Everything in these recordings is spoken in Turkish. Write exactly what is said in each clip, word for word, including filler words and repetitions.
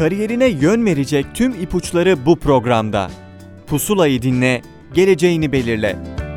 Kariyerine yön verecek tüm ipuçları bu programda. Pusulayı dinle, geleceğini belirle.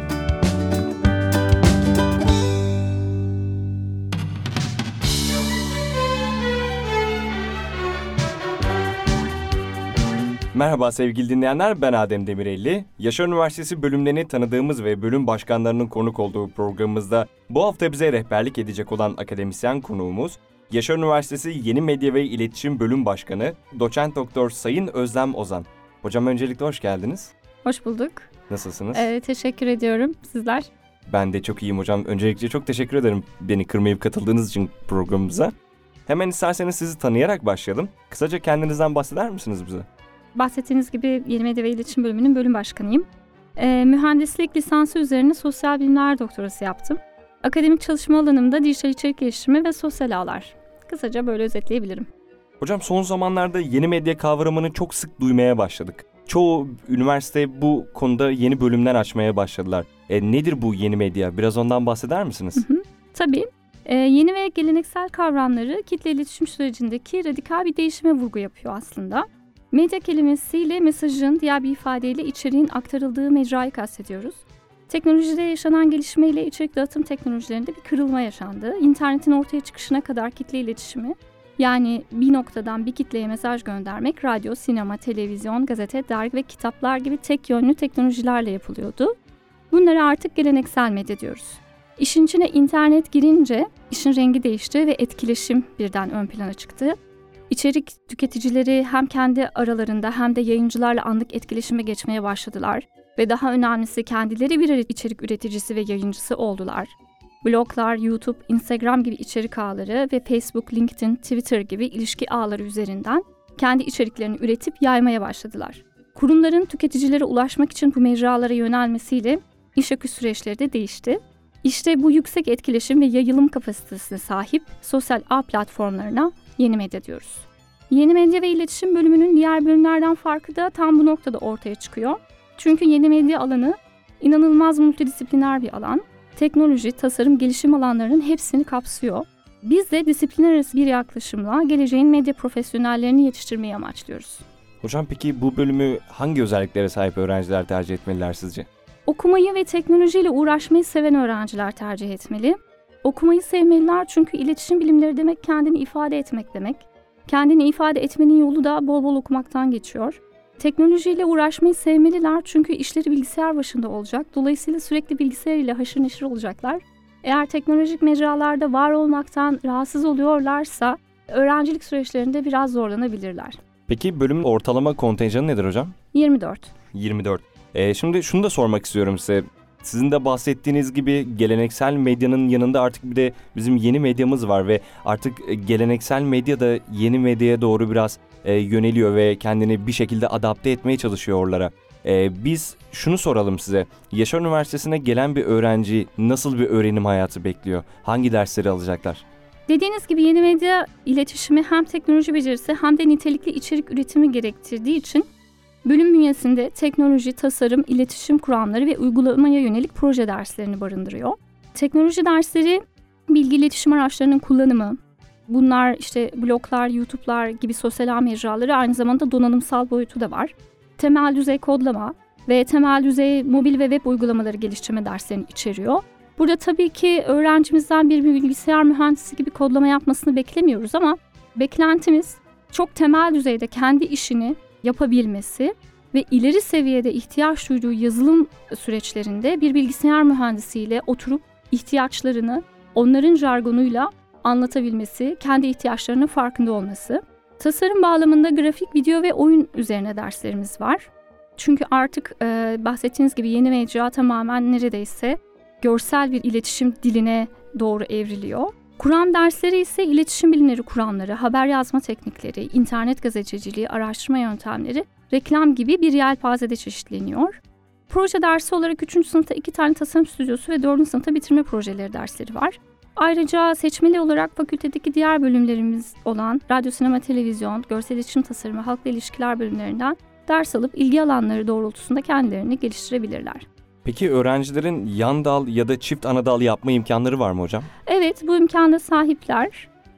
Merhaba sevgili dinleyenler, ben Adem Demirelli. Yaşar Üniversitesi bölümlerini tanıdığımız ve bölüm başkanlarının konuk olduğu programımızda bu hafta bize rehberlik edecek olan akademisyen konuğumuz, Yaşar Üniversitesi Yeni Medya ve İletişim Bölüm Başkanı, Doçent Doktor Sayın Özlem Ozan. Hocam öncelikle hoş geldiniz. Hoş bulduk. Nasılsınız? Ee, teşekkür ediyorum. Sizler? Ben de çok iyiyim hocam. Öncelikle çok teşekkür ederim beni kırmayıp katıldığınız için programımıza. Hemen isterseniz sizi tanıyarak başlayalım. Kısaca kendinizden bahseder misiniz bize? Bahsettiğiniz gibi Yeni Medya ve İletişim Bölümünün bölüm başkanıyım. Ee, mühendislik lisansı üzerine sosyal bilimler doktorası yaptım. Akademik çalışma alanımda dijital içerik geliştirme ve sosyal ağlar. Kısaca böyle özetleyebilirim. Hocam son zamanlarda yeni medya kavramını çok sık duymaya başladık. Çoğu üniversite bu konuda yeni bölümler açmaya başladılar. E, nedir bu yeni medya? Biraz ondan bahseder misiniz? Hı hı, tabii. Ee, yeni ve geleneksel kavramları kitle iletişim sürecindeki radikal bir değişime vurgu yapıyor aslında. Medya kelimesiyle mesajın, diğer bir ifadeyle içeriğin aktarıldığı mecrayı kastediyoruz. Teknolojide yaşanan gelişmeyle içerik dağıtım teknolojilerinde bir kırılma yaşandı. İnternetin ortaya çıkışına kadar kitle iletişimi, yani bir noktadan bir kitleye mesaj göndermek, radyo, sinema, televizyon, gazete, dergi ve kitaplar gibi tek yönlü teknolojilerle yapılıyordu. Bunlara artık geleneksel medya diyoruz. İşin içine internet girince işin rengi değişti ve etkileşim birden ön plana çıktı. İçerik tüketicileri hem kendi aralarında hem de yayıncılarla anlık etkileşime geçmeye başladılar ve daha önemlisi kendileri birer içerik üreticisi ve yayıncısı oldular. Bloglar, YouTube, Instagram gibi içerik ağları ve Facebook, LinkedIn, Twitter gibi ilişki ağları üzerinden kendi içeriklerini üretip yaymaya başladılar. Kurumların tüketicilere ulaşmak için bu mecralara yönelmesiyle iş akış süreçleri de değişti. İşte bu yüksek etkileşim ve yayılım kapasitesine sahip sosyal ağ platformlarına yeni medya diyoruz. Yeni medya ve iletişim bölümünün diğer bölümlerden farkı da tam bu noktada ortaya çıkıyor. Çünkü yeni medya alanı inanılmaz multidisipliner bir alan. Teknoloji, tasarım, gelişim alanlarının hepsini kapsıyor. Biz de disiplinler arası bir yaklaşımla geleceğin medya profesyonellerini yetiştirmeyi amaçlıyoruz. Hocam peki bu bölümü hangi özelliklere sahip öğrenciler tercih etmeliler sizce? Okumayı ve teknolojiyle uğraşmayı seven öğrenciler tercih etmeli. Okumayı sevmeliler çünkü iletişim bilimleri demek kendini ifade etmek demek. Kendini ifade etmenin yolu da bol bol okumaktan geçiyor. Teknolojiyle uğraşmayı sevmeliler çünkü işleri bilgisayar başında olacak. Dolayısıyla sürekli bilgisayar ile haşır neşir olacaklar. Eğer teknolojik mecralarda var olmaktan rahatsız oluyorlarsa öğrencilik süreçlerinde biraz zorlanabilirler. Peki bölümün ortalama kontenjanı nedir hocam? yirmi dört. yirmi dört. Ee, şimdi şunu da sormak istiyorum size. Sizin de bahsettiğiniz gibi geleneksel medyanın yanında artık bir de bizim yeni medyamız var ve artık geleneksel medya da yeni medyaya doğru biraz e, yöneliyor ve kendini bir şekilde adapte etmeye çalışıyor oralara. E, biz şunu soralım size. Yaşar Üniversitesi'ne gelen bir öğrenci nasıl bir öğrenim hayatı bekliyor? Hangi dersleri alacaklar? Dediğiniz gibi yeni medya iletişimi hem teknoloji becerisi hem de nitelikli içerik üretimi gerektirdiği için bölüm bünyesinde teknoloji, tasarım, iletişim kuramları ve uygulamaya yönelik proje derslerini barındırıyor. Teknoloji dersleri bilgi iletişim araçlarının kullanımı, bunlar işte bloglar, YouTube'lar gibi sosyal ağ mecraları, aynı zamanda donanımsal boyutu da var. Temel düzey kodlama ve temel düzey mobil ve web uygulamaları geliştirme derslerini içeriyor. Burada tabii ki öğrencimizden bir bilgisayar mühendisi gibi kodlama yapmasını beklemiyoruz ama beklentimiz çok temel düzeyde kendi işini yapabilmesi ve ileri seviyede ihtiyaç duyduğu yazılım süreçlerinde bir bilgisayar mühendisiyle oturup ihtiyaçlarını onların jargonuyla anlatabilmesi, kendi ihtiyaçlarının farkında olması. Tasarım bağlamında grafik, video ve oyun üzerine derslerimiz var. Çünkü artık e, bahsettiğiniz gibi yeni mecra tamamen neredeyse görsel bir iletişim diline doğru evriliyor. Kuram dersleri ise iletişim bilimleri kuramları, haber yazma teknikleri, internet gazeteciliği, araştırma yöntemleri, reklam gibi bir yelpazede çeşitleniyor. Proje dersi olarak üçüncü sınıfta iki tane tasarım stüdyosu ve dördüncü sınıfta bitirme projeleri dersleri var. Ayrıca seçmeli olarak fakültedeki diğer bölümlerimiz olan radyo, sinema, televizyon, görsel iletişim tasarımı, halkla ilişkiler bölümlerinden ders alıp ilgi alanları doğrultusunda kendilerini geliştirebilirler. Peki öğrencilerin yan dal ya da çift ana dal yapma imkanları var mı hocam? Evet, bu imkana sahipler.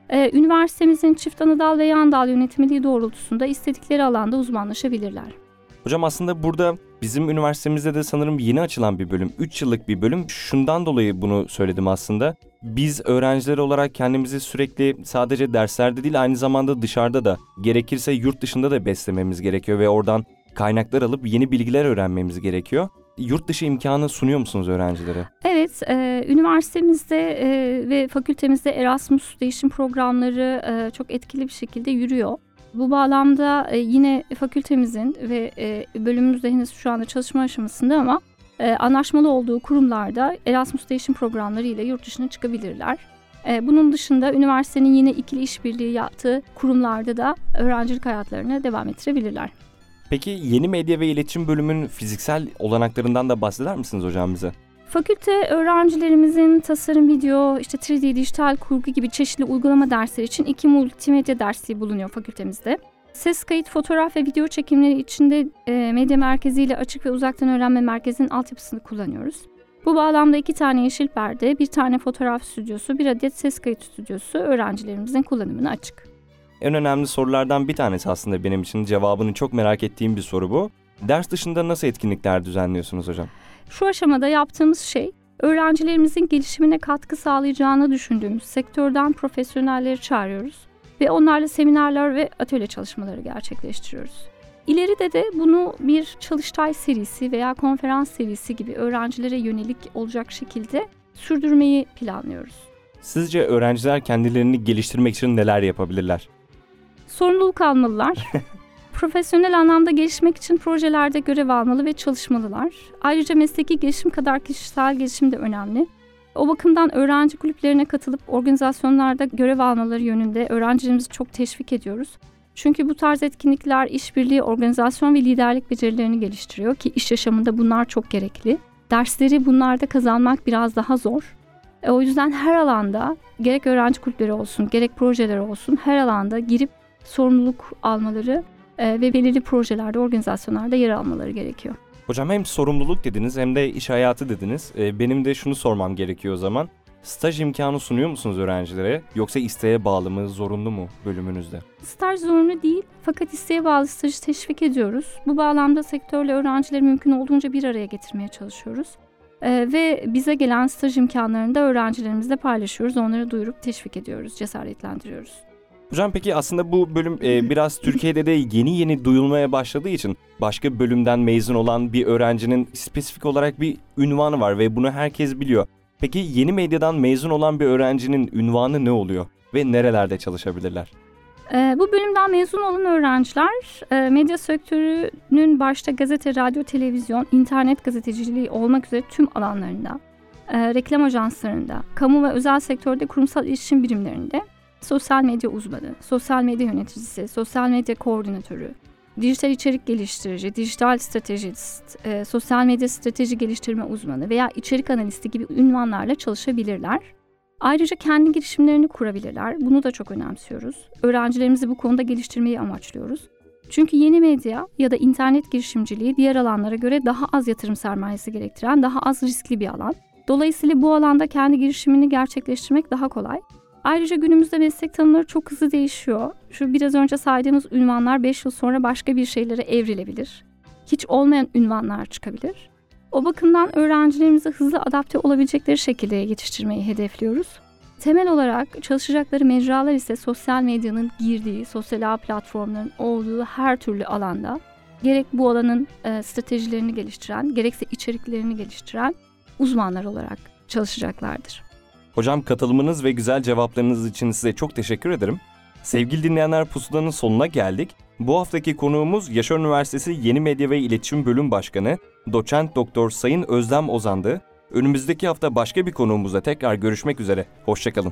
Ee, üniversitemizin çift anadal ve yan dal yönetmeliği doğrultusunda istedikleri alanda uzmanlaşabilirler. Hocam aslında burada bizim üniversitemizde de sanırım yeni açılan bir bölüm, üç yıllık bir bölüm. Şundan dolayı bunu söyledim aslında. Biz öğrenciler olarak kendimizi sürekli sadece derslerde değil aynı zamanda dışarıda da gerekirse yurt dışında da beslememiz gerekiyor ve oradan kaynaklar alıp yeni bilgiler öğrenmemiz gerekiyor. Yurt dışı imkanı sunuyor musunuz öğrencilere? Evet, e, üniversitemizde e, ve fakültemizde Erasmus değişim programları e, çok etkili bir şekilde yürüyor. Bu bağlamda e, yine fakültemizin ve e, bölümümüz de henüz şu anda çalışma aşamasında ama e, anlaşmalı olduğu kurumlarda Erasmus değişim programları ile yurt dışına çıkabilirler. E, bunun dışında üniversitenin yine ikili işbirliği yaptığı kurumlarda da öğrencilik hayatlarını devam ettirebilirler. Peki yeni medya ve iletişim bölümünün fiziksel olanaklarından da bahseder misiniz hocam bize? Fakülte öğrencilerimizin tasarım, video, işte üç D, dijital kurgu gibi çeşitli uygulama dersleri için iki multimedya dersi bulunuyor fakültemizde. Ses kayıt, fotoğraf ve video çekimleri için de e, medya merkezi ile açık ve uzaktan öğrenme merkezinin altyapısını kullanıyoruz. Bu bağlamda iki tane yeşil perde, bir tane fotoğraf stüdyosu, bir adet ses kayıt stüdyosu öğrencilerimizin kullanımına açık. En önemli sorulardan bir tanesi aslında benim için, cevabını çok merak ettiğim bir soru bu. Ders dışında nasıl etkinlikler düzenliyorsunuz hocam? Şu aşamada yaptığımız şey, öğrencilerimizin gelişimine katkı sağlayacağını düşündüğümüz sektörden profesyonelleri çağırıyoruz ve onlarla seminerler ve atölye çalışmaları gerçekleştiriyoruz. İleride de bunu bir çalıştay serisi veya konferans serisi gibi öğrencilere yönelik olacak şekilde sürdürmeyi planlıyoruz. Sizce öğrenciler kendilerini geliştirmek için neler yapabilirler? Sorumluluk almalılar. Profesyonel anlamda gelişmek için projelerde görev almalı ve çalışmalılar. Ayrıca mesleki gelişim kadar kişisel gelişim de önemli. O bakımdan öğrenci kulüplerine katılıp organizasyonlarda görev almaları yönünde öğrencilerimizi çok teşvik ediyoruz. Çünkü bu tarz etkinlikler işbirliği, organizasyon ve liderlik becerilerini geliştiriyor ki iş yaşamında bunlar çok gerekli. Dersleri bunlarda kazanmak biraz daha zor. E, o yüzden her alanda gerek öğrenci kulüpleri olsun, gerek projeler olsun her alanda girip sorumluluk almaları e, ve belirli projelerde, organizasyonlarda yer almaları gerekiyor. Hocam hem sorumluluk dediniz hem de iş hayatı dediniz. E, benim de şunu sormam gerekiyor o zaman. Staj imkanı sunuyor musunuz öğrencilere? Yoksa isteğe bağlı mı, zorunlu mu bölümünüzde? Staj zorunlu değil fakat isteğe bağlı stajı teşvik ediyoruz. Bu bağlamda sektörle öğrencileri mümkün olduğunca bir araya getirmeye çalışıyoruz. Ee, ve bize gelen staj imkanlarını da öğrencilerimizle paylaşıyoruz. Onları duyurup teşvik ediyoruz, cesaretlendiriyoruz. Hocam peki aslında bu bölüm e, biraz Türkiye'de de yeni yeni duyulmaya başladığı için başka bölümden mezun olan bir öğrencinin spesifik olarak bir ünvanı var ve bunu herkes biliyor. Peki yeni medyadan mezun olan bir öğrencinin ünvanı ne oluyor ve nerelerde çalışabilirler? Ee, bu bölümden mezun olan öğrenciler e, medya sektörünün başta gazete, radyo, televizyon, internet gazeteciliği olmak üzere tüm alanlarında, e, reklam ajanslarında, kamu ve özel sektörde kurumsal iletişim birimlerinde sosyal medya uzmanı, sosyal medya yöneticisi, sosyal medya koordinatörü, dijital içerik geliştirici, dijital stratejist, e, sosyal medya strateji geliştirme uzmanı veya içerik analisti gibi ünvanlarla çalışabilirler. Ayrıca kendi girişimlerini kurabilirler. Bunu da çok önemsiyoruz. Öğrencilerimizi bu konuda geliştirmeyi amaçlıyoruz. Çünkü yeni medya ya da internet girişimciliği diğer alanlara göre daha az yatırım sermayesi gerektiren, daha az riskli bir alan. Dolayısıyla bu alanda kendi girişimini gerçekleştirmek daha kolay. Ayrıca günümüzde meslek tanımları çok hızlı değişiyor. Şu biraz önce saydığımız ünvanlar beş yıl sonra başka bir şeylere evrilebilir. Hiç olmayan ünvanlar çıkabilir. O bakımdan öğrencilerimizi hızlı adapte olabilecekleri şekilde yetiştirmeyi hedefliyoruz. Temel olarak çalışacakları mecralar ise sosyal medyanın girdiği, sosyal ağ platformların olduğu her türlü alanda gerek bu alanın e, stratejilerini geliştiren, gerekse içeriklerini geliştiren uzmanlar olarak çalışacaklardır. Hocam katılımınız ve güzel cevaplarınız için size çok teşekkür ederim. Sevgili dinleyenler, Pusula'nın sonuna geldik. Bu haftaki konuğumuz Yaşar Üniversitesi Yeni Medya ve İletişim Bölüm Başkanı Doçent Doktor Sayın Özlem Ozan'dı. Önümüzdeki hafta başka bir konuğumuzla tekrar görüşmek üzere. Hoşçakalın.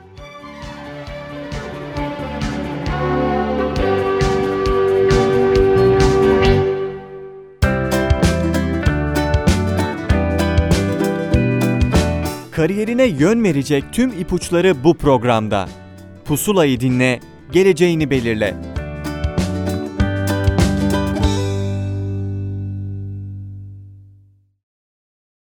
Kariyerine yön verecek tüm ipuçları bu programda. Pusulayı dinle, geleceğini belirle.